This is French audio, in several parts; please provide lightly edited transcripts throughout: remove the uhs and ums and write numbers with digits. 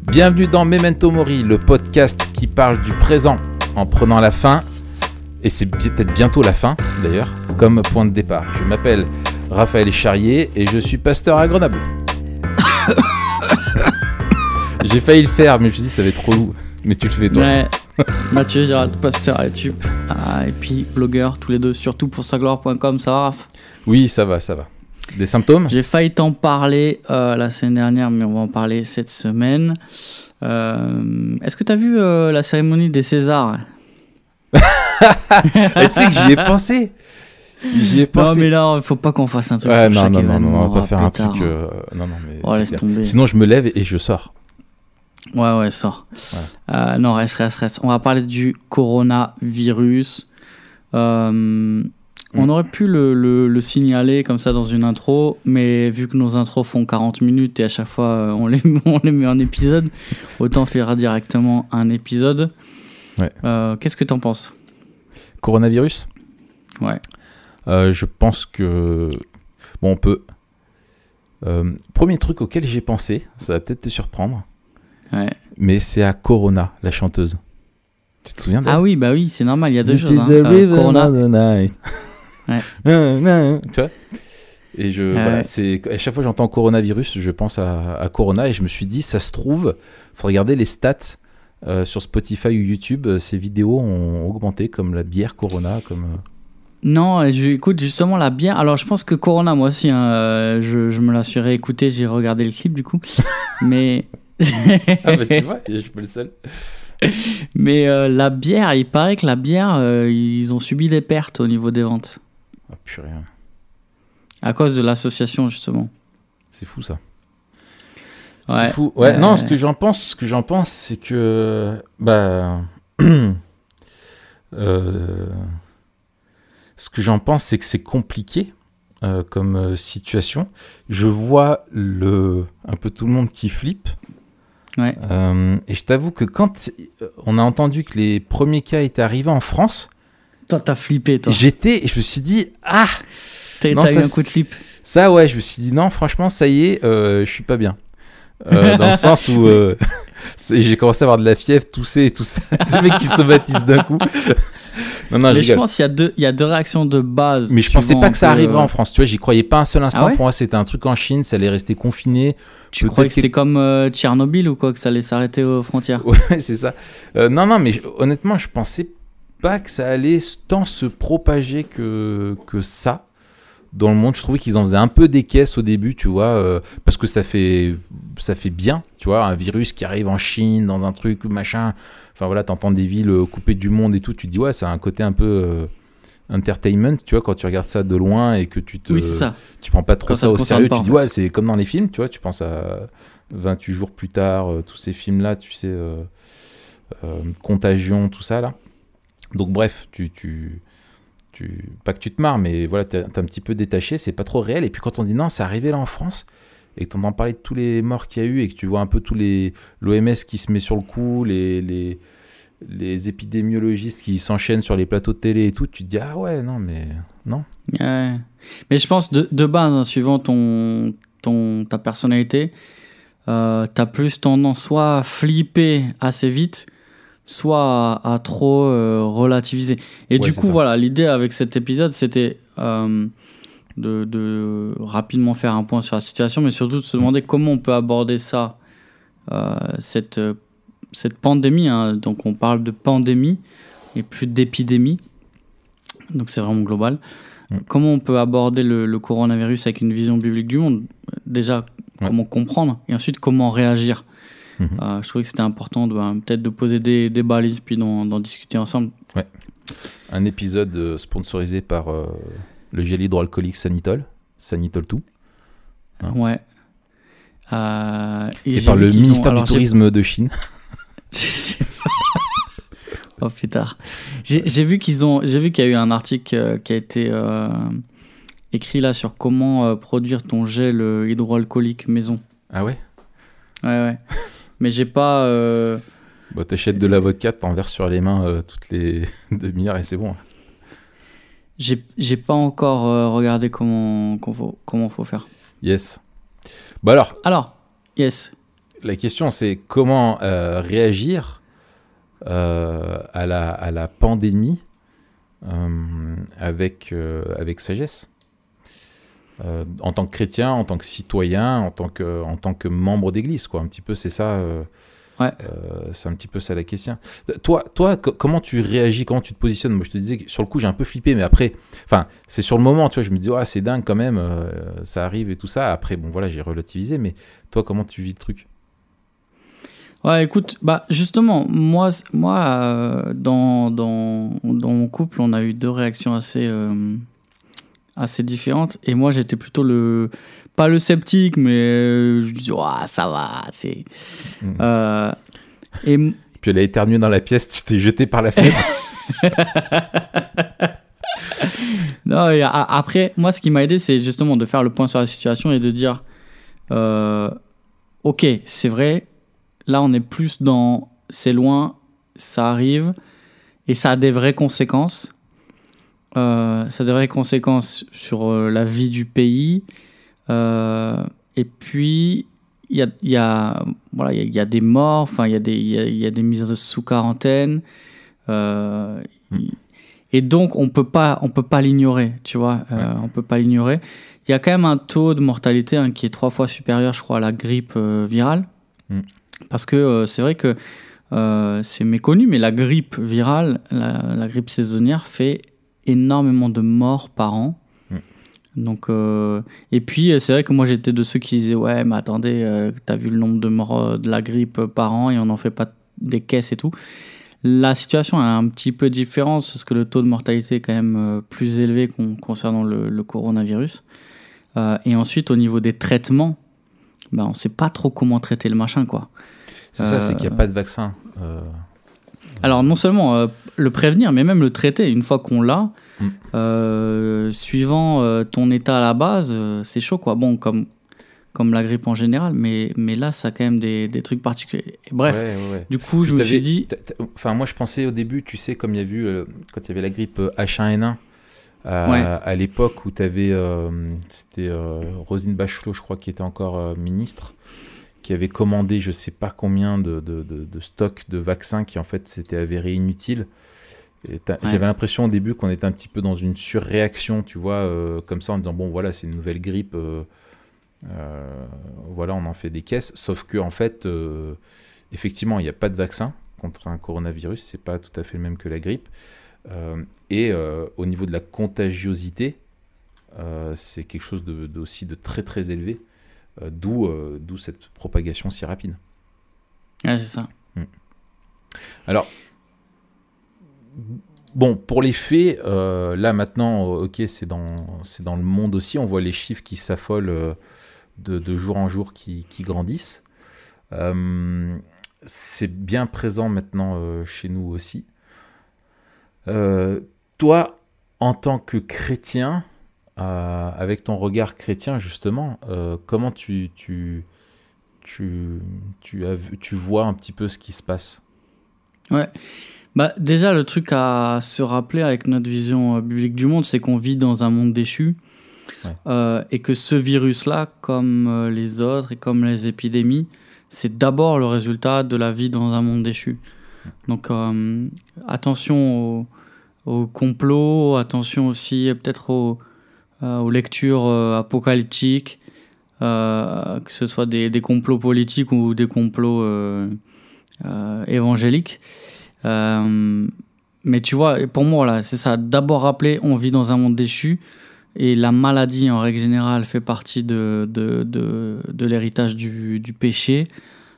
Bienvenue dans Memento Mori, le podcast qui parle du présent en prenant la fin, et c'est peut-être bientôt la fin d'ailleurs, comme point de départ. Je m'appelle Raphaël Charrier et je suis pasteur à Grenoble. J'ai failli le faire, mais je me suis dit ça va être trop lourd. Mais tu le fais toi. Ouais. Mathieu Gérald, pasteur à YouTube. Et puis blogueur, tous les deux, surtout pour sagloire.com, ça va Raph? Oui, ça va. Des symptômes? J'ai failli t'en parler la semaine dernière, mais on va en parler cette semaine. Est-ce que t'as vu la cérémonie des Césars? Tu sais que j'y ai pensé. Non, mais là, il faut pas qu'on fasse un truc ouais, sur non, chaque non, événement. non, on va pas faire un pétard. truc... non, mais Oh, laisse tomber. Sinon, je me lève et je sors. Ouais, sors. Non, reste. On va parler du coronavirus. On aurait pu le signaler comme ça dans une intro, mais vu que nos intros font 40 minutes et à chaque fois on les met en épisode, autant faire directement un épisode. Ouais. Qu'est-ce que t'en penses? Coronavirus? Ouais. Je pense que... Bon, on peut... premier truc auquel j'ai pensé, ça va peut-être te surprendre, Ouais. mais c'est à Corona, la chanteuse. Tu te souviens d'elle? Ah oui, bah oui, c'est normal, il y a deux This choses. is the rhythm Corona. of the night. Ouais. Tu vois? Et voilà, c'est à chaque fois que j'entends coronavirus, je pense à Corona et je me suis dit, ça se trouve, faut regarder les stats sur Spotify ou YouTube, ces vidéos ont augmenté comme la bière Corona, comme. Non, écoute justement la bière. Alors je pense que Corona, moi aussi, hein, je me la suis réécouté, j'ai regardé le clip du coup, mais. Ah bah tu vois, je suis pas le seul. Mais la bière, il paraît que la bière, ils ont subi des pertes au niveau des ventes. Ah purée. À cause de l'association, justement. C'est fou ça. Ouais. C'est fou. Ouais, non, ce que j'en pense, c'est que ce que j'en pense, c'est que c'est compliqué comme situation. Je vois un peu tout le monde qui flippe. Ouais. Et je t'avoue que quand on a entendu que les premiers cas étaient arrivés en France, Toi, t'as flippé, toi. je me suis dit, T'as non, eu ça, un coup de flip. ça ouais, je me suis dit, non, franchement, ça y est, je suis pas bien. Dans le sens où j'ai commencé à avoir de la fièvre, tousser et tout ça. Des mecs qui se baptisent d'un coup. Non, Mais je pense qu'il y a deux réactions de base. Mais je pensais pas que ça arriverait en France. France. Tu vois, j'y croyais pas un seul instant. Ah ouais? Pour moi, c'était un truc en Chine, ça allait rester confiné. Tu croyais que c'était comme Tchernobyl ou quoi, que ça allait s'arrêter aux frontières? Ouais, c'est ça. Non, mais honnêtement, je pensais pas que ça allait tant se propager que ça dans le monde. Je trouvais qu'ils en faisaient un peu des caisses au début, tu vois, parce que ça fait bien, tu vois, un virus qui arrive en Chine, dans un truc, machin. Enfin voilà, t'entends des villes coupées du monde et tout, tu te dis, ouais, ça a un côté un peu entertainment, tu vois, quand tu regardes ça de loin et que tu prends pas trop Quand ça au te sérieux, concerne pas, tu dis, en fait. ouais, c'est comme dans les films, tu vois, tu penses à 28 jours plus tard, tous ces films-là, tu sais, Contagion, tout ça, là. Donc bref, pas que tu te marres, mais voilà, t'es un petit peu détaché, c'est pas trop réel. Et puis quand on dit non, c'est arrivé là en France, et que t'entends parler de tous les morts qu'il y a eu, et que tu vois un peu l'OMS qui se met sur le coup, les épidémiologistes qui s'enchaînent sur les plateaux de télé et tout, tu te dis, ah ouais, non, mais non. Ouais. Mais je pense de base, hein, suivant ta personnalité, t'as plus tendance soit à flipper assez vite, soit à trop relativiser. Et Ouais, du c'est coup, ça. voilà, l'idée avec cet épisode, c'était de rapidement faire un point sur la situation, mais surtout de se demander comment on peut aborder ça, cette pandémie, hein. Donc on parle de pandémie et plus d'épidémie, donc c'est vraiment global. Comment on peut aborder le coronavirus avec une vision biblique du monde? Déjà, comment comprendre, et ensuite comment réagir. Je trouvais que c'était important peut-être de poser des balises puis d'en discuter ensemble. Ouais. Un épisode sponsorisé par le gel hydroalcoolique Sanitol 2. Hein. Ouais. Et par le ministère du Tourisme de Chine. Oh putain. J'ai vu qu'il y a eu un article qui a été écrit là sur comment produire ton gel hydroalcoolique maison. Ah ouais? Ouais. Mais j'ai pas... Bah, t'achètes de la vodka, t'en verses sur les mains toutes les demi-heures et c'est bon. J'ai pas encore regardé comment faut faire. Yes. Bah alors, yes. la question, c'est comment réagir à la pandémie avec sagesse. En tant que chrétien, en tant que citoyen, en tant que membre d'église, quoi. Un petit peu, c'est ça. Ouais. C'est un petit peu ça la question. Toi, comment tu réagis, comment tu te positionnes? Moi, je te disais que sur le coup, j'ai un peu flippé, mais après, enfin, c'est sur le moment, tu vois, je me dis, oh, c'est dingue quand même, ça arrive et tout ça. Après, bon, voilà, j'ai relativisé, mais toi, comment tu vis le truc? Ouais, écoute, bah justement, moi, dans mon couple, on a eu deux réactions assez différentes. Et moi, j'étais plutôt pas le sceptique, mais je disais, ouah, ça va, c'est. Euh, et Puis elle a éternué dans la pièce, tu t'es jeté par la fenêtre. Non, et après, moi, ce qui m'a aidé, c'est justement de faire le point sur la situation et de dire, ok, c'est vrai, là, on est plus dans, c'est loin, ça arrive, et ça a des vraies conséquences. Ça a des vraies conséquences sur la vie du pays. Et puis, voilà, il y a des morts, enfin, il y a des mises sous quarantaine. Et donc, on peut pas l'ignorer, tu vois. On peut pas l'ignorer. Il y a quand même un taux de mortalité qui est 3 fois supérieur, je crois, à la grippe virale. Parce que c'est vrai que c'est méconnu, mais la grippe virale, la grippe saisonnière, fait énormément de morts par an. Donc, et puis, c'est vrai que moi, j'étais de ceux qui disaient, ouais, mais attendez, t'as vu le nombre de morts de la grippe par an et on n'en fait pas des caisses et tout. La situation est un petit peu différente parce que le taux de mortalité est quand même plus élevé concernant le coronavirus. Et ensuite, au niveau des traitements, ben, on ne sait pas trop comment traiter le machin, quoi. C'est ça, c'est qu'il n'y a pas de vaccin. Alors, non seulement le prévenir, mais même le traiter. Une fois qu'on l'a, suivant ton état à la base, c'est chaud, quoi. Bon, comme la grippe en général, mais là, ça a quand même des trucs particuliers. Bref, ouais. Du coup, je me suis dit... Enfin, moi, je pensais au début, tu sais, comme il y a eu, quand il y avait la grippe H1N1, à l'époque où tu avais, c'était Roselyne Bachelot, je crois, qui était encore ministre, qui avait commandé je sais pas combien de stocks de vaccins qui en fait s'étaient avérés inutiles. J'avais l'impression au début qu'on était un petit peu dans une surréaction, tu vois, comme ça en disant bon voilà c'est une nouvelle grippe, voilà on en fait des caisses, sauf que en fait effectivement il n'y a pas de vaccin contre un coronavirus, c'est pas tout à fait le même que la grippe, et au niveau de la contagiosité c'est quelque chose aussi de très très élevé. D'où cette propagation si rapide. Ouais, c'est ça. Alors, bon, pour les faits, là maintenant, ok, c'est dans le monde aussi, on voit les chiffres qui s'affolent de jour en jour qui grandissent. C'est bien présent maintenant chez nous aussi. Toi, en tant que chrétien, avec ton regard chrétien justement, comment tu vois un petit peu ce qui se passe? Ouais. Bah, déjà, le truc à se rappeler avec notre vision biblique du monde, c'est qu'on vit dans un monde déchu. Et que ce virus-là, comme les autres et comme les épidémies, c'est d'abord le résultat de la vie dans un monde déchu. Donc, attention au complot, attention aussi peut-être aux lectures apocalyptiques, que ce soit des complots politiques ou des complots évangéliques. Mais tu vois, pour moi, voilà, c'est ça. D'abord rappeler, on vit dans un monde déchu et la maladie, en règle générale, fait partie de l'héritage du péché.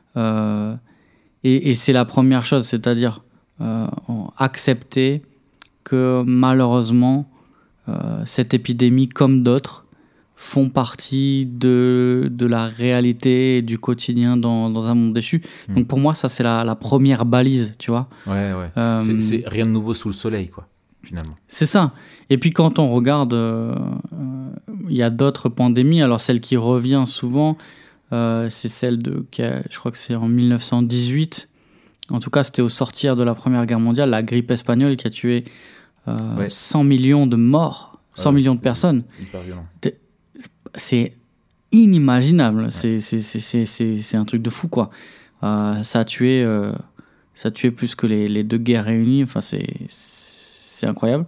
Et c'est la première chose, c'est-à-dire accepter que malheureusement, cette épidémie, comme d'autres, font partie de la réalité et du quotidien dans un monde déchu. Donc pour moi, ça, c'est la première balise, tu vois. Ouais. C'est rien de nouveau sous le soleil, quoi, finalement. C'est ça. Et puis quand on regarde, il y a d'autres pandémies. Alors celle qui revient souvent, c'est celle je crois que c'est en 1918. En tout cas, c'était au sortir de la Première Guerre mondiale, la grippe espagnole qui a tué 100 millions de morts, 100 millions de personnes. Hyper violent. C'est inimaginable. C'est un truc de fou, quoi. Ça a tué plus que les deux guerres réunies. Enfin, c'est incroyable.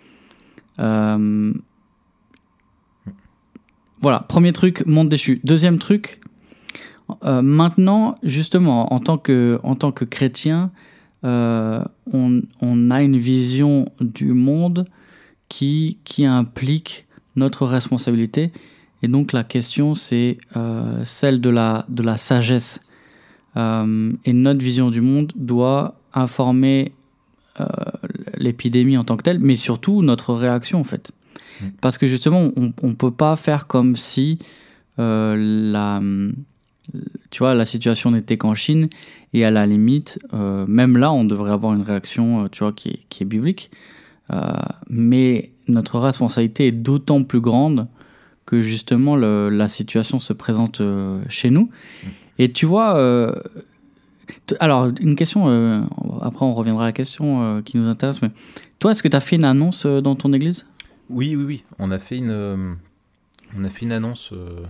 Voilà, premier truc, monde déchu. Deuxième truc, maintenant, justement, en tant que chrétien, on a une vision du monde qui implique notre responsabilité. Et donc la question, c'est celle de la sagesse. Et notre vision du monde doit informer l'épidémie en tant que telle, mais surtout notre réaction, en fait. Parce que justement, on ne peut pas faire comme si la situation n'était qu'en Chine, et à la limite, même là, on devrait avoir une réaction qui est biblique. Mais notre responsabilité est d'autant plus grande que justement la situation se présente chez nous. Et tu vois, alors une question, après on reviendra à la question qui nous intéresse, mais toi, est-ce que tu as fait une annonce dans ton église ? Oui. On a fait une annonce.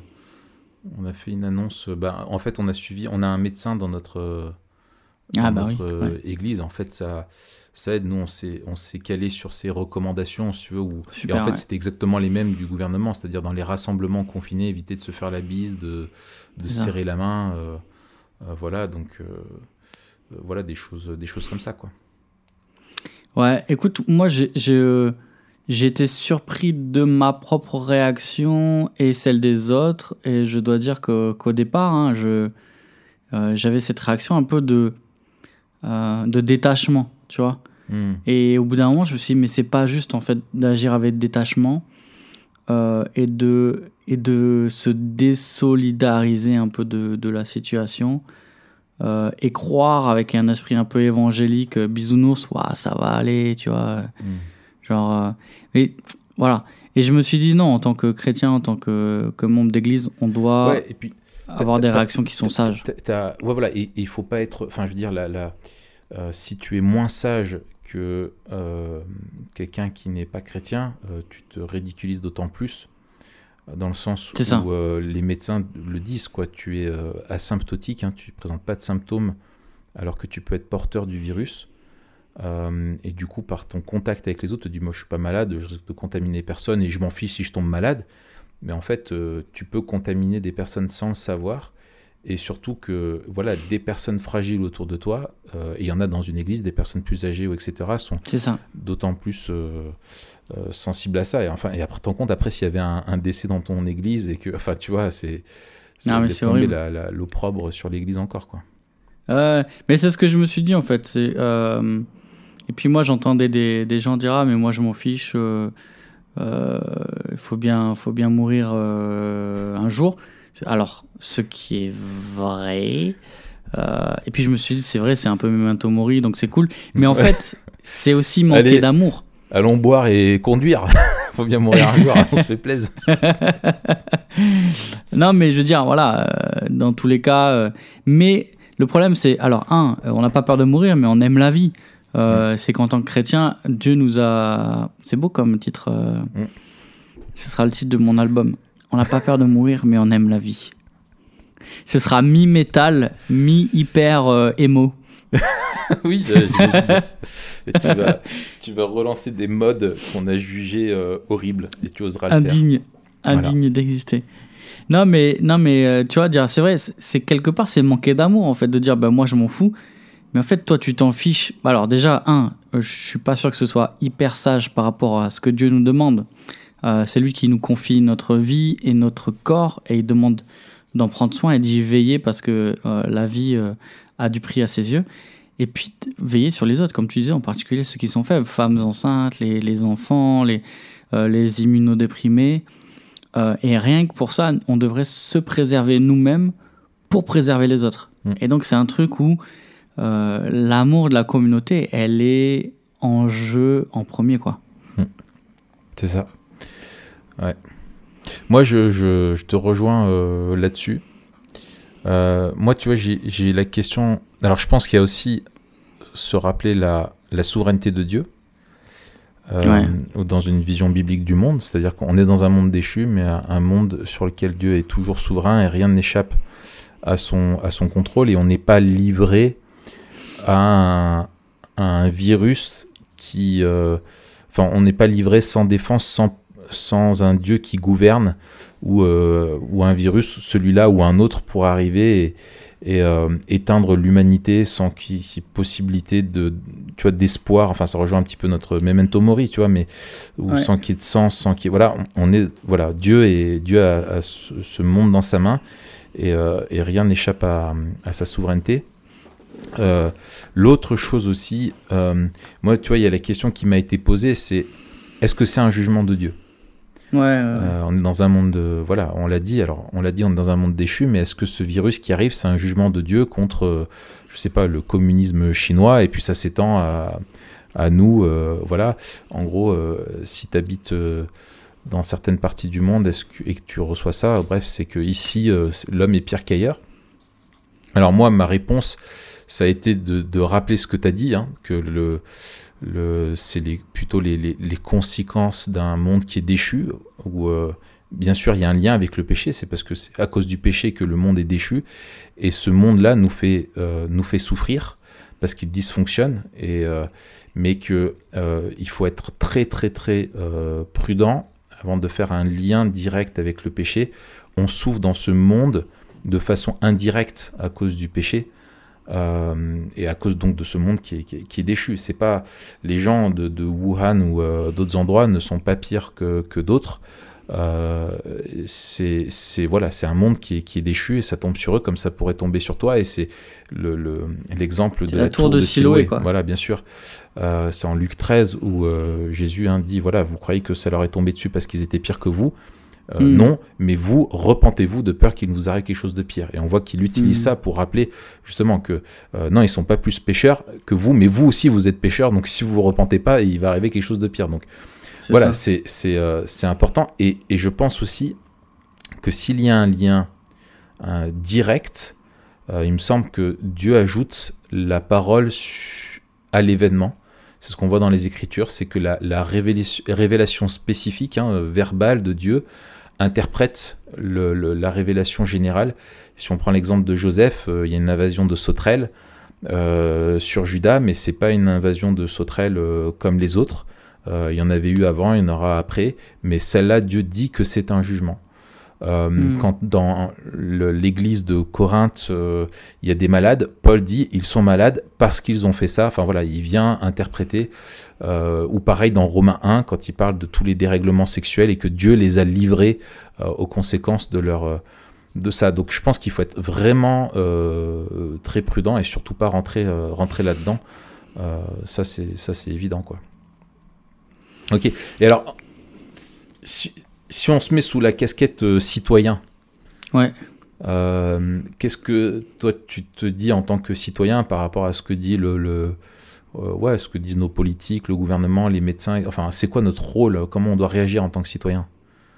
En fait, on a un médecin dans notre église. En fait, ça aide. Nous, on s'est calé sur ses recommandations, si tu veux. Super, et en fait, c'était exactement les mêmes du gouvernement, c'est-à-dire dans les rassemblements confinés, éviter de se faire la bise, de serrer la main. Voilà, donc voilà des choses comme ça, quoi. Ouais, écoute, moi j'ai été surpris de ma propre réaction et celle des autres, et je dois dire qu'au départ, j'avais cette réaction un peu de détachement, tu vois. Et au bout d'un moment, je me suis dit, mais c'est pas juste en fait d'agir avec détachement et de se désolidariser un peu de la situation et croire avec un esprit un peu évangélique, bisounours, ça va aller, tu vois. Mais voilà. Et je me suis dit non, en tant que chrétien, en tant que membre d'église, on doit avoir des réactions qui sont sages. Voilà. Et il faut pas être. Enfin, je veux dire, si tu es moins sage que quelqu'un qui n'est pas chrétien, tu te ridiculises d'autant plus, dans le sens où les médecins le disent, quoi. Tu es asymptotique, hein, tu ne présentes pas de symptômes, alors que tu peux être porteur du virus. Et du coup, par ton contact avec les autres, tu te dis, moi je suis pas malade, je risque de contaminer personne et je m'en fiche si je tombe malade. Mais en fait, tu peux contaminer des personnes sans le savoir. Et surtout que voilà, des personnes fragiles autour de toi, et il y en a dans une église, des personnes plus âgées, etc., sont d'autant plus sensibles à ça. Et après, t'en compte, après, s'il y avait un décès dans ton église, et que, enfin, tu vois, c'est tomber l'opprobre sur l'église encore, quoi. Mais c'est ce que je me suis dit, en fait. Et puis moi, j'entendais des gens dire, mais moi, je m'en fiche, il faut bien mourir un jour. Alors, ce qui est vrai. Et puis je me suis dit, c'est vrai, c'est un peu memento mori, donc c'est cool. Mais en fait, c'est aussi manquer d'amour. Allons boire et conduire. Faut bien mourir un jour, on se fait plaisir. Non, mais je veux dire, voilà, dans tous les cas. Mais le problème, c'est, alors, on n'a pas peur de mourir, mais on aime la vie. C'est qu'en tant que chrétien, Dieu nous a. C'est beau comme titre. Ce sera le titre de mon album. On n'a pas peur de mourir, mais on aime la vie. Ce sera mi-métal, mi-hyper émo. Oui, et tu vas relancer des modes qu'on a jugés horribles, et tu oseras le faire. Indigne d'exister. Non, mais tu vois, dire, c'est vrai, c'est quelque part, c'est manquer d'amour, en fait, de dire, moi, je m'en fous. Mais en fait, toi, tu t'en fiches. Alors déjà, je suis pas sûr que ce soit hyper sage par rapport à ce que Dieu nous demande. C'est lui qui nous confie notre vie et notre corps, et il demande d'en prendre soin et d'y veiller parce que la vie a du prix à ses yeux. Et puis veiller sur les autres, comme tu disais, en particulier ceux qui sont faibles, femmes enceintes, les enfants, les immunodéprimés. Et rien que pour ça, on devrait se préserver nous-mêmes pour préserver les autres. Et donc c'est un truc où l'amour de la communauté, elle est en jeu en premier, quoi. C'est ça. Ouais. Moi, je te rejoins là-dessus. Moi, tu vois, j'ai la question. Alors, je pense qu'il y a aussi se rappeler la souveraineté de Dieu. ou dans une vision biblique du monde, c'est-à-dire qu'on est dans un monde déchu, mais un monde sur lequel Dieu est toujours souverain et rien n'échappe à son contrôle, et on n'est pas livré à un virus qui... on n'est pas livré sans défense, sans un Dieu qui gouverne, ou un virus, celui-là ou un autre, pour arriver et éteindre l'humanité sans qu'il y ait possibilité d'espoir. Enfin, ça rejoint un petit peu notre Memento Mori, tu vois, mais sans qu'il y ait de sens, sans qu'il y ait, Dieu a ce monde dans sa main, et rien n'échappe à sa souveraineté. L'autre chose aussi, moi, tu vois, il y a la question qui m'a été posée, c'est est-ce que c'est un jugement de Dieu ? On est dans un monde on l'a dit, on est dans un monde déchu, mais est-ce que ce virus qui arrive, c'est un jugement de Dieu contre, je sais pas, le communisme chinois, et puis ça s'étend à nous, En gros, si tu habites dans certaines parties du monde et que tu reçois ça, bref, c'est que ici, l'homme est pire qu'ailleurs. Alors moi, ma réponse, ça a été de rappeler ce que tu as dit, hein, que c'est plutôt les conséquences d'un monde qui est déchu, où bien sûr il y a un lien avec le péché, c'est parce que c'est à cause du péché que le monde est déchu, et ce monde-là nous fait souffrir parce qu'il dysfonctionne, mais il faut être très très très prudent avant de faire un lien direct avec le péché. On souffre dans ce monde de façon indirecte à cause du péché. Et à cause donc de ce monde qui est déchu. C'est pas les gens de Wuhan ou d'autres endroits ne sont pas pires que d'autres. C'est un monde qui est déchu, et ça tombe sur eux comme ça pourrait tomber sur toi. Et c'est l'exemple de la tour de Siloé, quoi. Voilà, bien sûr. C'est en Luc 13 où Jésus dit vous croyez que ça leur est tombé dessus parce qu'ils étaient pires que vous. Non, mais vous, repentez-vous de peur qu'il vous arrive quelque chose de pire. Et on voit qu'il utilise ça pour rappeler justement que non, ils sont pas plus pécheurs que vous, mais vous aussi vous êtes pécheurs, donc si vous vous repentez pas, il va arriver quelque chose de pire. Donc c'est important, et je pense aussi que s'il y a un lien direct, il me semble que Dieu ajoute la parole à l'événement. C'est ce qu'on voit dans les Écritures, c'est que la révélation spécifique, verbale de Dieu, interprète la révélation générale. Si on prend l'exemple de Joseph, il y a une invasion de sauterelles sur Juda, mais c'est pas une invasion de sauterelles comme les autres. Il y en avait eu avant, il y en aura après, mais celle-là, Dieu dit que c'est un jugement. Quand dans l'église de Corinthe, il y a des malades, Paul dit ils sont malades parce qu'ils ont fait ça. Enfin voilà, il vient interpréter. Ou pareil dans Romains 1, quand il parle de tous les dérèglements sexuels et que Dieu les a livrés aux conséquences de ça. Donc je pense qu'il faut être vraiment très prudent et surtout pas rentrer là-dedans. Ça c'est évident, quoi. Ok. Et alors, si on se met sous la casquette citoyen, qu'est-ce que toi tu te dis en tant que citoyen par rapport à ce que dit ce que disent nos politiques, le gouvernement, les médecins, enfin c'est quoi notre rôle, comment on doit réagir en tant que citoyen?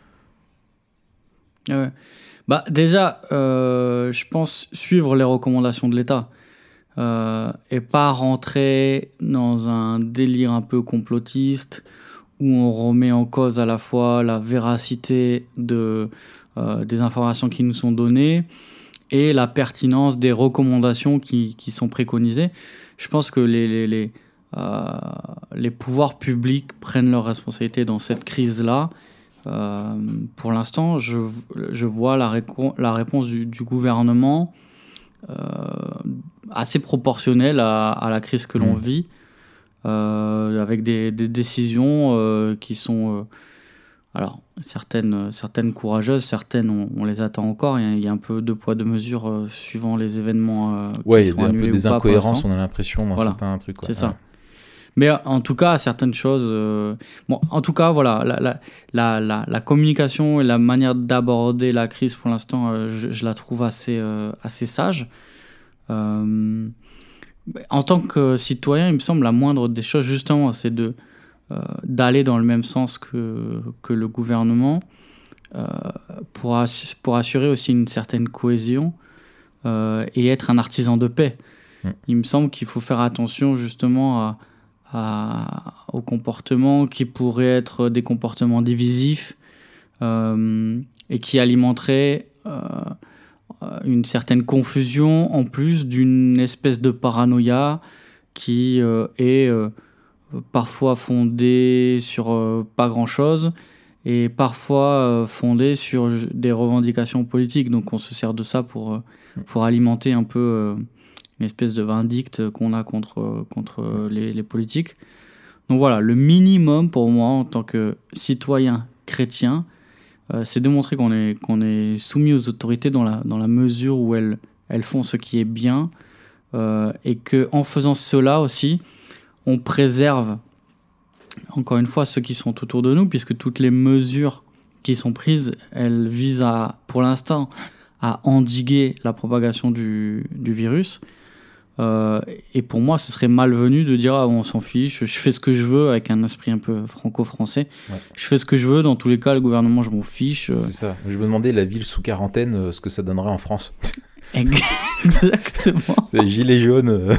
Déjà, je pense suivre les recommandations de l'État et pas rentrer dans un délire un peu complotiste où on remet en cause à la fois la véracité des informations qui nous sont données et la pertinence des recommandations qui sont préconisées. Je pense que les pouvoirs publics prennent leurs responsabilités dans cette crise-là. Pour l'instant, je vois la réponse du gouvernement assez proportionnelle à la crise que l'on vit. Avec des décisions qui sont alors certaines courageuses, certaines on les attend encore. Il y a un peu deux poids deux mesures suivant les événements qui sont annulés ou pas. Il y a un peu des incohérences, on a l'impression dans certains trucs. C'est ça. Mais en tout cas, certaines choses... en tout cas, voilà, la communication et la manière d'aborder la crise, pour l'instant, je la trouve assez sage. En tant que citoyen, il me semble la moindre des choses, justement, c'est d'aller dans le même sens que le gouvernement pour assurer aussi une certaine cohésion et être un artisan de paix. Il me semble qu'il faut faire attention justement aux comportements qui pourraient être des comportements divisifs et qui alimenteraient une certaine confusion en plus d'une espèce de paranoïa qui est parfois fondée sur pas grand-chose et parfois fondée sur des revendications politiques. Donc on se sert de ça pour alimenter un peu une espèce de vindicte qu'on a contre les politiques. Donc voilà, le minimum pour moi en tant que citoyen chrétien, c'est de montrer qu'on est soumis aux autorités dans la mesure où elles font ce qui est bien et qu'en faisant cela aussi, on préserve encore une fois ceux qui sont autour de nous, puisque toutes les mesures qui sont prises, elles visent pour l'instant à endiguer la propagation du virus. Et pour moi, ce serait malvenu de dire on s'en fiche, je fais ce que je veux, avec un esprit un peu franco-français. Ouais. Je fais ce que je veux, dans tous les cas, le gouvernement, je m'en fiche. C'est ça. Je me demandais la ville sous quarantaine, ce que ça donnerait en France. Exactement. Les gilets jaunes.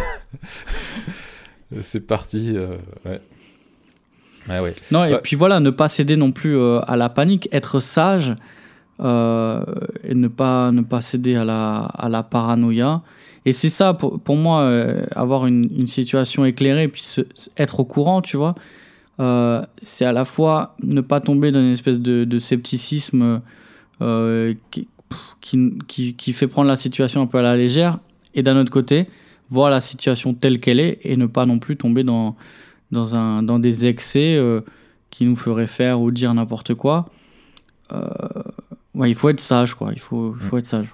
C'est parti. Ouais. Ouais. Non, et puis voilà, ne pas céder non plus à la panique, être sage et ne pas céder à la paranoïa. Et c'est ça, pour moi, avoir une situation éclairée et puis être au courant, tu vois, c'est à la fois ne pas tomber dans une espèce de scepticisme qui fait prendre la situation un peu à la légère, et d'un autre côté, voir la situation telle qu'elle est et ne pas non plus tomber dans des excès qui nous feraient faire ou dire n'importe quoi. Ouais, il faut être sage, quoi. Il faut être sage.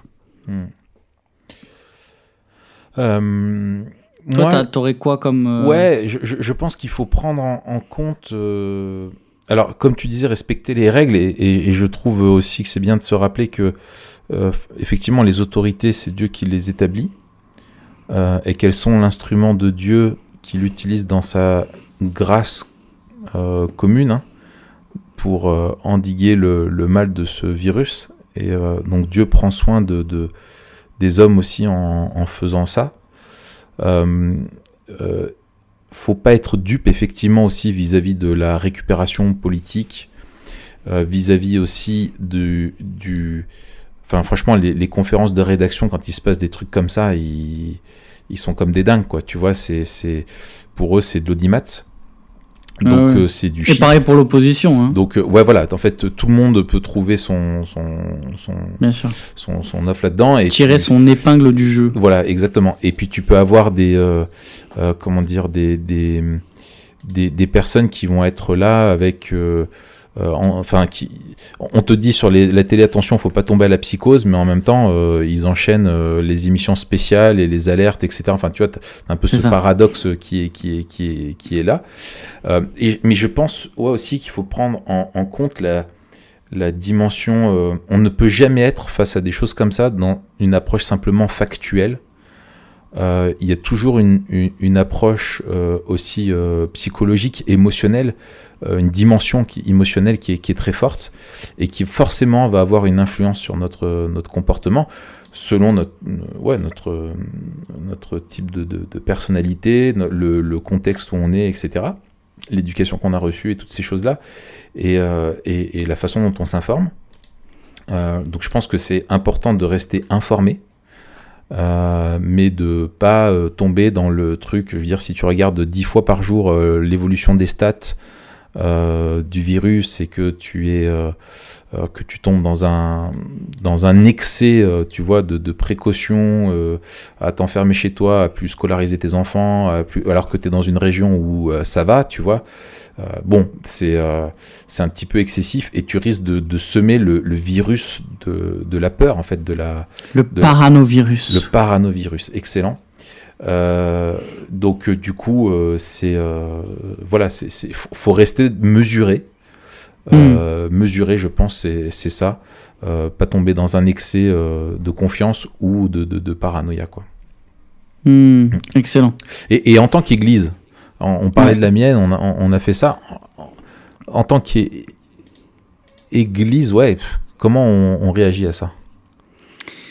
Toi, t'aurais quoi comme... Ouais, je pense qu'il faut prendre en compte... Alors, comme tu disais, respecter les règles, et je trouve aussi que c'est bien de se rappeler que, effectivement, les autorités, c'est Dieu qui les établit, et qu'elles sont l'instrument de Dieu qu'il utilise dans sa grâce commune pour endiguer le mal de ce virus. Et donc, Dieu prend soin des hommes aussi en faisant ça. Faut pas être dupe effectivement aussi vis-à-vis de la récupération politique, vis-à-vis aussi enfin franchement les conférences de rédaction quand il se passe des trucs comme ça, ils sont comme des dingues, quoi, tu vois, c'est pour eux c'est de l'audimat. Donc ouais. C'est du chiffre. Et pareil pour l'opposition. Hein. Donc ouais, voilà, en fait tout le monde peut trouver son offre là-dedans et tirer son épingle du jeu. Voilà, exactement. Et puis tu peux avoir des personnes qui vont être là avec on te dit sur la télé, attention, faut pas tomber à la psychose, mais en même temps ils enchaînent les émissions spéciales et les alertes, etc. Enfin, tu vois, t'as un peu ce paradoxe qui est là. Mais je pense aussi qu'il faut prendre en compte la dimension. On ne peut jamais être face à des choses comme ça dans une approche simplement factuelle. Il y a toujours une approche aussi psychologique, émotionnelle, une dimension émotionnelle qui est très forte et qui forcément va avoir une influence sur notre comportement selon notre type de personnalité, le contexte où on est, etc. L'éducation qu'on a reçue et toutes ces choses-là et la façon dont on s'informe. Donc je pense que c'est important de rester informé. Mais de pas tomber dans le truc, je veux dire, si tu regardes 10 fois par jour l'évolution des stats du virus et que que tu tombes dans un excès, tu vois, de précaution à t'enfermer chez toi, à plus scolariser tes enfants, alors que tu es dans une région où ça va, tu vois. C'est un petit peu excessif et tu risques de semer le virus de la peur, en fait, le paranovirus. Le paranovirus, excellent. Donc du coup, faut rester mesuré. Mesurer, je pense, c'est ça. Pas tomber dans un excès de confiance ou de paranoïa, quoi. Excellent. Et en tant qu'église, on parlait de la mienne, on a fait ça. En tant qu'église, comment on réagit à ça ?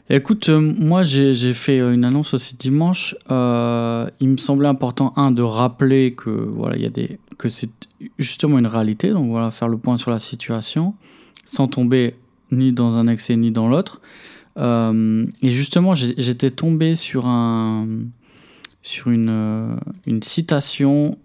Écoute, moi j'ai fait une annonce aussi dimanche. Il me semblait important, de rappeler que voilà, que c'est justement une réalité. Donc voilà, faire le point sur la situation, sans tomber ni dans un excès ni dans l'autre. Et justement, j'étais tombé sur une citation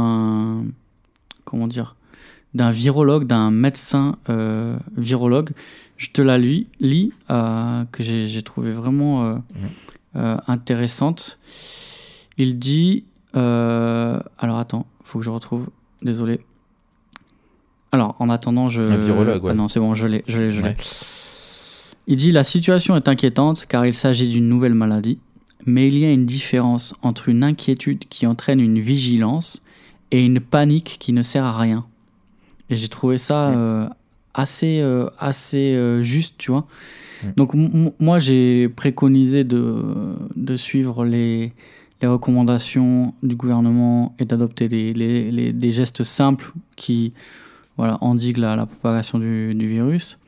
d'un virologue, d'un médecin virologue. Je te la lis, que j'ai trouvé vraiment intéressante. Il dit... alors attends, il faut que je retrouve. Désolé. Alors, en attendant, Un virologue, ouais. Ah non, c'est bon, je l'ai. Ouais. Il dit « La situation est inquiétante car il s'agit d'une nouvelle maladie, mais il y a une différence entre une inquiétude qui entraîne une vigilance et une panique qui ne sert à rien. » Et j'ai trouvé ça assez juste, tu vois. Donc moi, j'ai préconisé de suivre les recommandations du gouvernement et d'adopter des gestes simples qui endiguent la propagation du virus.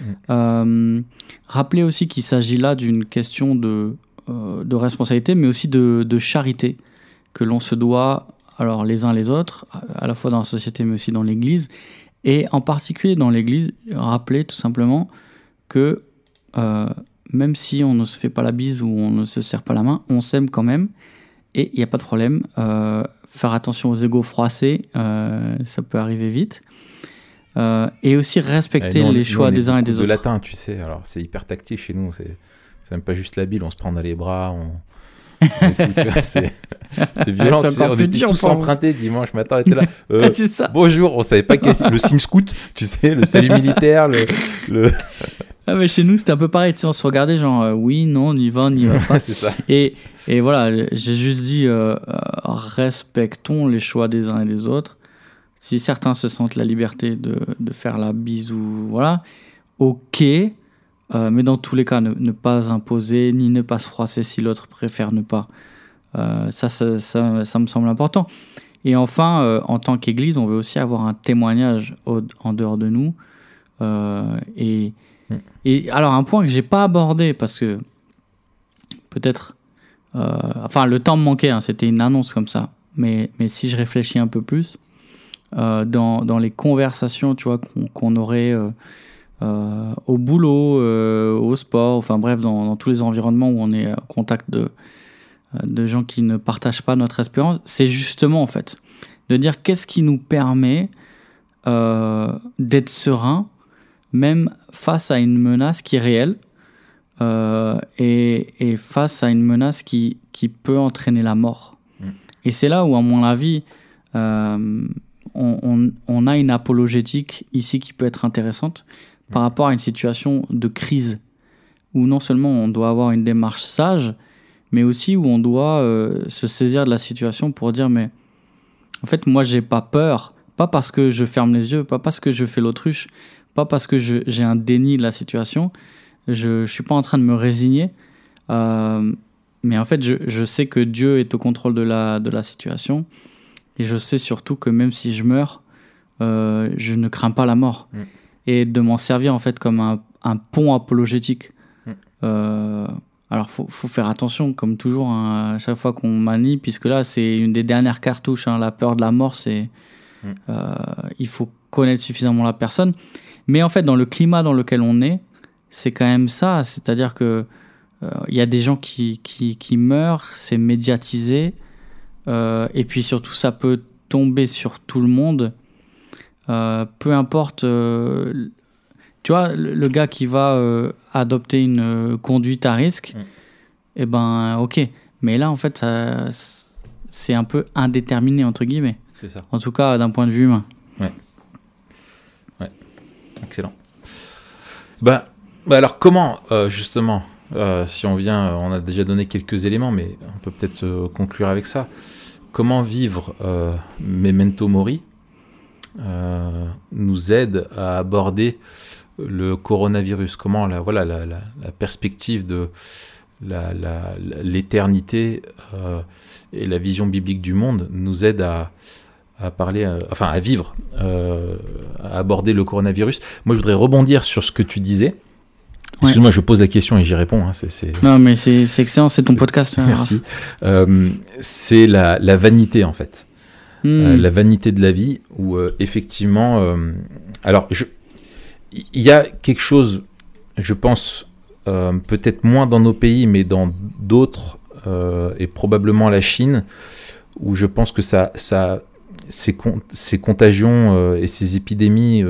Rappeler aussi qu'il s'agit là d'une question de responsabilité, mais aussi de charité, que l'on se doit alors les uns les autres, à la fois dans la société mais aussi dans l'Église, et en particulier dans l'Église, rappeler tout simplement que même si on ne se fait pas la bise ou on ne se serre pas la main, on s'aime quand même, et il n'y a pas de problème. Faire attention aux égos froissés, ça peut arriver vite. Et aussi respecter les choix des uns et des autres. De latin, tu sais, alors c'est hyper tactique chez nous, c'est même pas juste la Bible, on se prend dans les bras, c'est violent, tu sais, on était tous empruntés dimanche matin, on était là, c'est ça. Bonjour, on savait pas le signe scout, tu sais, le salut militaire, Ah mais chez nous c'était un peu pareil, tu sais, on se regardait genre oui, non, on y va pas. C'est ça. Et voilà, j'ai juste dit respectons les choix des uns et des autres. Si certains se sentent la liberté de faire la bise ou voilà, ok, mais dans tous les cas, ne pas imposer ni ne pas se froisser si l'autre préfère ne pas. Ça me semble important. Et enfin, en tant qu'Église, on veut aussi avoir un témoignage en dehors de nous. Et alors, un point que j'ai pas abordé parce que peut-être, le temps me manquait. C'était une annonce comme ça. Mais si je réfléchis un peu plus. Dans les conversations, tu vois, qu'on aurait au boulot, au sport, enfin bref, dans tous les environnements où on est en contact de gens qui ne partagent pas notre espérance, c'est justement en fait de dire qu'est-ce qui nous permet d'être serein même face à une menace qui est réelle et face à une menace qui peut entraîner la mort. Et c'est là où, à mon avis, on a une apologétique ici qui peut être intéressante par rapport à une situation de crise où non seulement on doit avoir une démarche sage, mais aussi où on doit se saisir de la situation pour dire mais en fait moi j'ai pas peur, pas parce que je ferme les yeux, pas parce que je fais l'autruche, pas parce que j'ai un déni de la situation, je suis pas en train de me résigner, mais en fait je sais que Dieu est au contrôle de la situation. Et je sais surtout que même si je meurs, je ne crains pas la mort. Et de m'en servir en fait comme un pont apologétique. Alors faut faire attention, comme toujours, à chaque fois qu'on manie, puisque là c'est une des dernières cartouches. La peur de la mort, il faut connaître suffisamment la personne. Mais en fait, dans le climat dans lequel on est, c'est quand même ça. C'est-à-dire que y a des gens qui meurent, c'est médiatisé. Et puis surtout ça peut tomber sur tout le monde, peu importe tu vois le gars qui va adopter une conduite à risque, et ben ok, mais là en fait c'est un peu indéterminé entre guillemets, c'est ça. En tout cas d'un point de vue humain. Ouais, excellent. Bah alors comment justement si on vient, on a déjà donné quelques éléments, mais on peut peut-être conclure avec ça. Comment vivre Memento Mori nous aide à aborder le coronavirus. Comment la perspective de l'éternité et la vision biblique du monde nous aide à parler, à vivre, à aborder le coronavirus. Moi, je voudrais rebondir sur ce que tu disais. Excuse-moi, je pose la question et j'y réponds. Hein, Non, mais c'est excellent, c'est ton podcast. Merci. C'est la vanité, en fait. La vanité de la vie, où effectivement... alors, il y a quelque chose, je pense, peut-être moins dans nos pays, mais dans d'autres, et probablement la Chine, où je pense que ces contagions et ces épidémies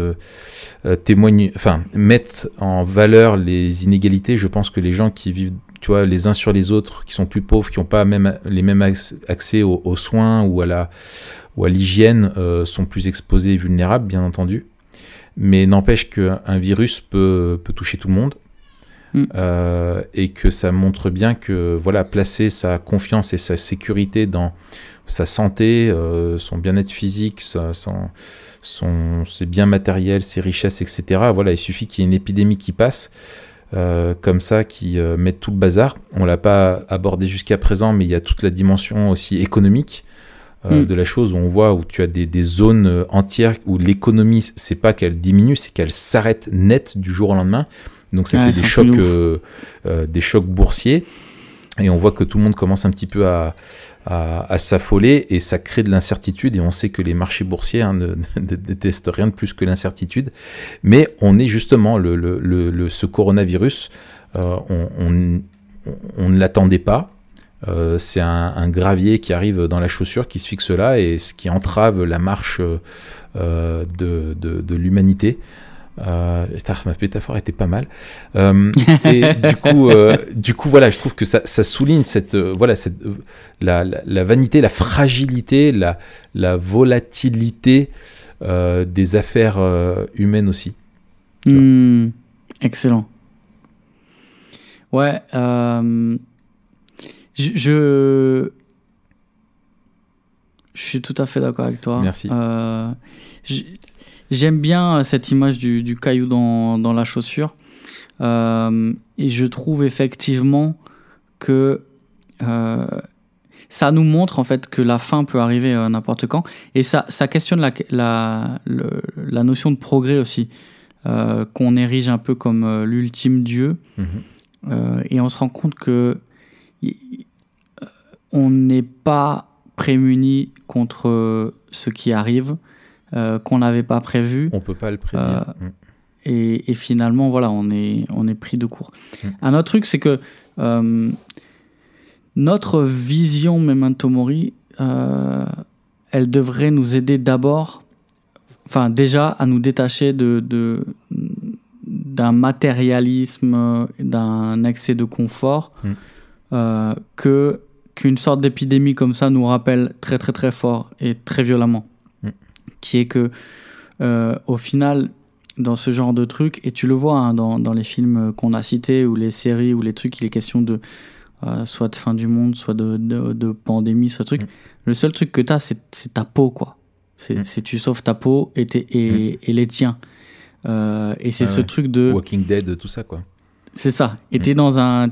mettent en valeur les inégalités. Je pense que les gens qui vivent, tu vois, les uns sur les autres, qui sont plus pauvres, qui n'ont pas les mêmes accès aux soins ou à l'hygiène, sont plus exposés et vulnérables, bien entendu. Mais n'empêche qu'un virus peut toucher tout le monde. Et que ça montre bien que voilà, placer sa confiance et sa sécurité dans sa santé, son bien-être physique, ses biens matériels, ses richesses, etc. Voilà, il suffit qu'il y ait une épidémie qui passe comme ça, qui mette tout le bazar. On l'a pas abordé jusqu'à présent, mais il y a toute la dimension aussi économique de la chose, où on voit où tu as des zones entières où l'économie, c'est pas qu'elle diminue, c'est qu'elle s'arrête net du jour au lendemain. Donc ça fait des chocs boursiers, et on voit que tout le monde commence un petit peu à s'affoler, et ça crée de l'incertitude, et on sait que les marchés boursiers ne détestent rien de plus que l'incertitude. Mais on est justement ce coronavirus, on ne l'attendait pas. C'est un gravier qui arrive dans la chaussure, qui se fixe là, et ce qui entrave la marche de l'humanité. Ma métaphore était pas mal. Et du coup, voilà, je trouve que ça souligne la vanité, la fragilité, la volatilité des affaires humaines aussi. Excellent. Ouais. Je suis tout à fait d'accord avec toi. Merci. J'aime bien cette image du caillou dans la chaussure. Et je trouve effectivement que ça nous montre en fait que la fin peut arriver n'importe quand. Et ça questionne la notion de progrès aussi, qu'on érige un peu comme l'ultime Dieu. Et on se rend compte que on n'est pas prémuni contre ce qui arrive, qu'on n'avait pas prévu. On peut pas le prédire. Et finalement, voilà, on est pris de court. Un autre truc, c'est que notre vision Memento Mori, elle devrait nous aider déjà à nous détacher d'un matérialisme, d'un excès de confort, qu'une sorte d'épidémie comme ça nous rappelle très très très fort et très violemment. Qui est que au final, dans ce genre de trucs, et tu le vois hein, dans les films qu'on a cités, ou les séries, ou les trucs, il est question de soit de fin du monde, soit de pandémie, soit de truc. Le seul truc que tu as, c'est ta peau, quoi. C'est tu sauves ta peau et les tiens. Et c'est ce truc de Walking Dead, tout ça, quoi. C'est ça. Et t'es dans un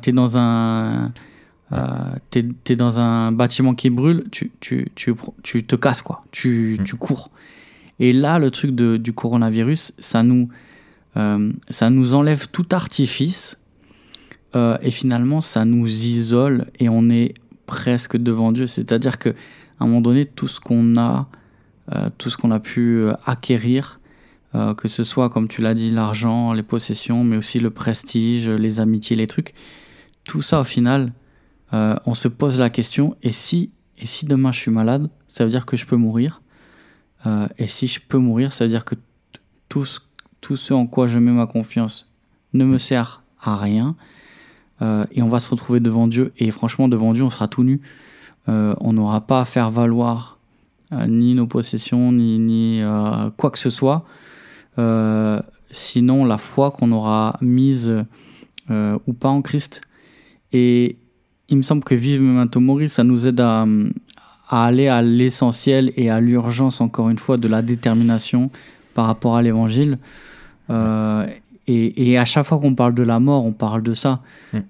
bâtiment qui brûle, tu te casses, quoi. Tu cours. Et là, le truc du coronavirus, ça nous enlève tout artifice, et finalement, ça nous isole, et on est presque devant Dieu. C'est-à-dire qu'à un moment donné, tout ce qu'on a pu acquérir, que ce soit, comme tu l'as dit, l'argent, les possessions, mais aussi le prestige, les amitiés, les trucs, tout ça, au final, on se pose la question, et si demain je suis malade, ça veut dire que je peux mourir. Et si je peux mourir, ça veut dire que tout ce en quoi je mets ma confiance ne me sert à rien. Et on va se retrouver devant Dieu. Et franchement, devant Dieu, on sera tout nu. On n'aura pas à faire valoir ni nos possessions, ni quoi que ce soit. Sinon, la foi qu'on aura mise ou pas en Christ. Et il me semble que vivre Memento Mori, ça nous aide à aller à l'essentiel et à l'urgence, encore une fois, de la détermination par rapport à l'évangile. Et à chaque fois qu'on parle de la mort, on parle de ça.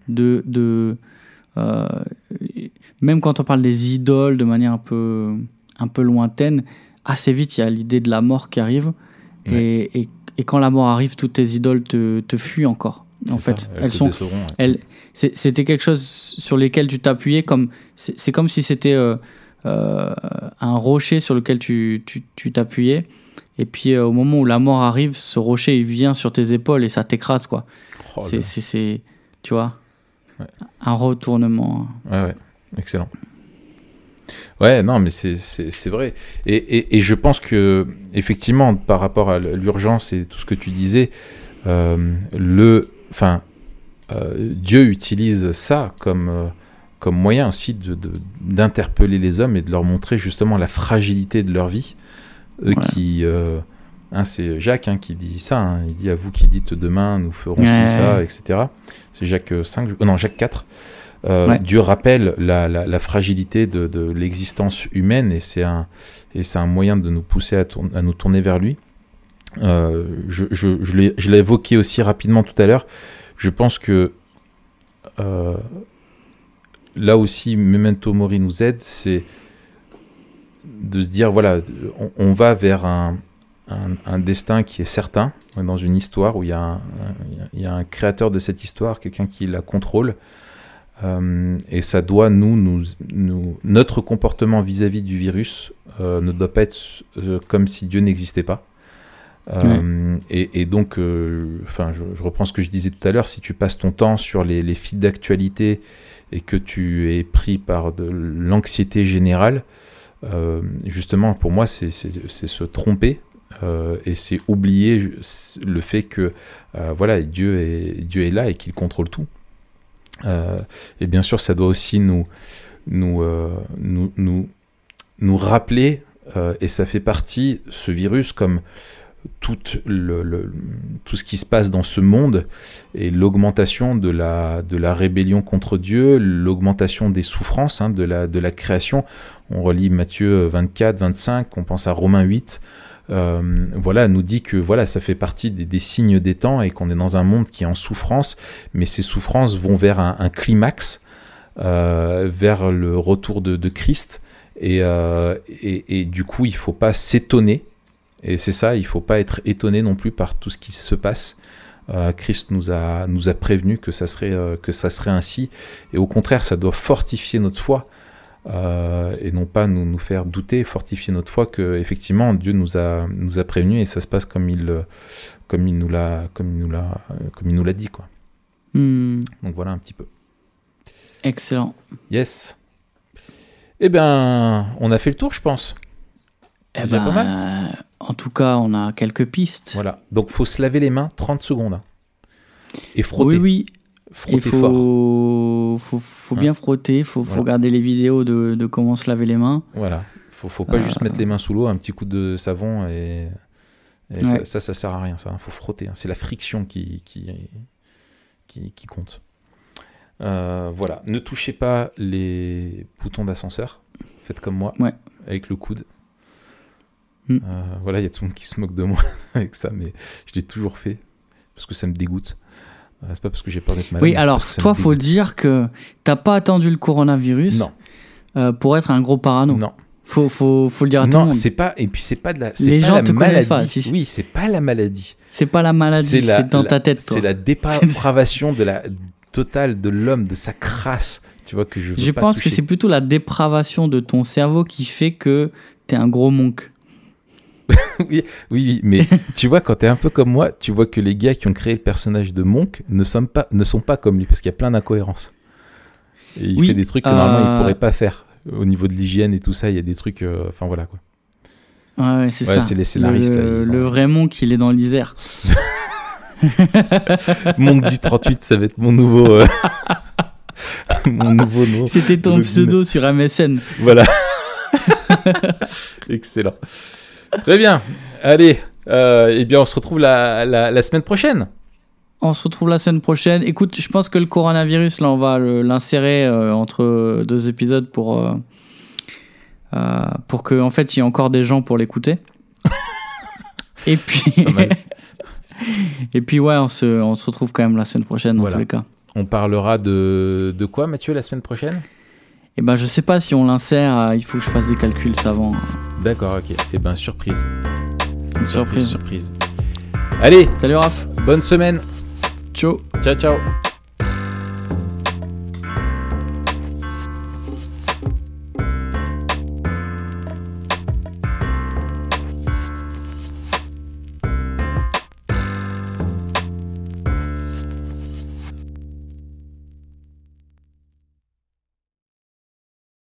Même quand on parle des idoles de manière un peu lointaine, assez vite, il y a l'idée de la mort qui arrive. Et quand la mort arrive, toutes tes idoles te fuient encore. En fait, c'était quelque chose sur lequel tu t'appuyais, c'est comme si c'était un rocher sur lequel tu t'appuyais, et puis au moment où la mort arrive, ce rocher il vient sur tes épaules et ça t'écrase, quoi. C'est tu vois, un retournement. Ouais, excellent. Ouais, non, mais c'est vrai. Et je pense que, effectivement, par rapport à l'urgence et tout ce que tu disais, Dieu utilise ça comme moyen aussi d'interpeller les hommes et de leur montrer justement la fragilité de leur vie. C'est Jacques qui dit ça. Il dit: à vous qui dites demain, nous ferons ci, ça, etc. C'est Jacques 4. Dieu rappelle la fragilité de l'existence humaine, et c'est un moyen de nous pousser à nous tourner vers lui. Je l'ai évoqué aussi rapidement tout à l'heure. Je pense que là aussi, Memento Mori nous aide, c'est de se dire, voilà, on va vers un destin qui est certain, dans une histoire où il y a un créateur de cette histoire, quelqu'un qui la contrôle. Et ça doit notre comportement vis-à-vis du virus ne doit pas être comme si Dieu n'existait pas. Et donc, je reprends ce que je disais tout à l'heure. Si tu passes ton temps sur les fils d'actualité et que tu es pris par de l'anxiété générale, justement, pour moi, c'est se tromper. Et c'est oublier le fait que Dieu est là et qu'il contrôle tout. Et bien sûr, ça doit aussi nous rappeler, et ça fait partie, ce virus, comme tout ce qui se passe dans ce monde, et l'augmentation de la rébellion contre Dieu, l'augmentation des souffrances de la création. On relit Matthieu 24, 25, on pense à Romains 8. Nous dit que ça fait partie des signes des temps, et qu'on est dans un monde qui est en souffrance, mais ces souffrances vont vers un climax, vers le retour de Christ, et du coup il ne faut pas s'étonner, et c'est ça, il ne faut pas être étonné non plus par tout ce qui se passe. Christ nous a prévenu que ça serait ainsi, et au contraire ça doit fortifier notre foi. Et non pas nous faire douter, fortifier notre foi que effectivement Dieu nous a prévenus, et ça se passe comme il nous l'a dit, quoi. Donc voilà un petit peu. Excellent. Yes. Eh bien, on a fait le tour, je pense. Pas mal. En tout cas, on a quelques pistes. Voilà. Donc faut se laver les mains 30 secondes et frotter. Oui. Frotter fort. Faut bien frotter, faut regarder les vidéos de comment se laver les mains. Voilà, faut pas juste mettre les mains sous l'eau, un petit coup de savon, et ça sert à rien, ça. Faut frotter, c'est la friction qui compte. Voilà, ne touchez pas les boutons d'ascenseur, faites comme moi, avec le coude. Voilà, il y a tout le monde qui se moque de moi avec ça, mais je l'ai toujours fait parce que ça me dégoûte. C'est pas parce que j'ai peur d'être malade. Oui, alors toi, faut dire que t'as pas attendu le coronavirus pour être un gros parano. Non. Faut le dire à tout le monde. C'est pas, et puis c'est pas de la, les gens te connaissent pas. Oui, c'est pas la maladie. C'est pas la maladie, c'est dans ta tête, toi. C'est la dépravation totale de l'homme, de sa crasse. Tu vois que je pense toucher. Que c'est plutôt la dépravation de ton cerveau qui fait que t'es un gros monk. oui, mais tu vois, quand t'es un peu comme moi, tu vois que les gars qui ont créé le personnage de Monk ne sont pas comme lui, parce qu'il y a plein d'incohérences. Et il fait des trucs que normalement il pourrait pas faire. Au niveau de l'hygiène et tout ça, il y a des trucs... Enfin voilà, quoi. Ouais, c'est ça. C'est les scénaristes. Le vrai Monk, il est dans l'Isère. Monk du 38, ça va être mon nouveau... mon nouveau nom. C'était ton pseudo sur MSN. Voilà. Excellent. Très bien. Allez, eh bien, on se retrouve la semaine prochaine. On se retrouve la semaine prochaine. Écoute, je pense que le coronavirus, là, on va l'insérer entre deux épisodes pour que, en fait, il y ait encore des gens pour l'écouter. Et puis, on se retrouve quand même la semaine prochaine dans tous les cas. On parlera de quoi, Mathieu, la semaine prochaine ? Eh ben, je sais pas si on l'insère. Il faut que je fasse des calculs savants. D'accord, ok. Eh ben, surprise. Surprise. Allez, salut Raph. Bonne semaine. Ciao. Ciao, ciao.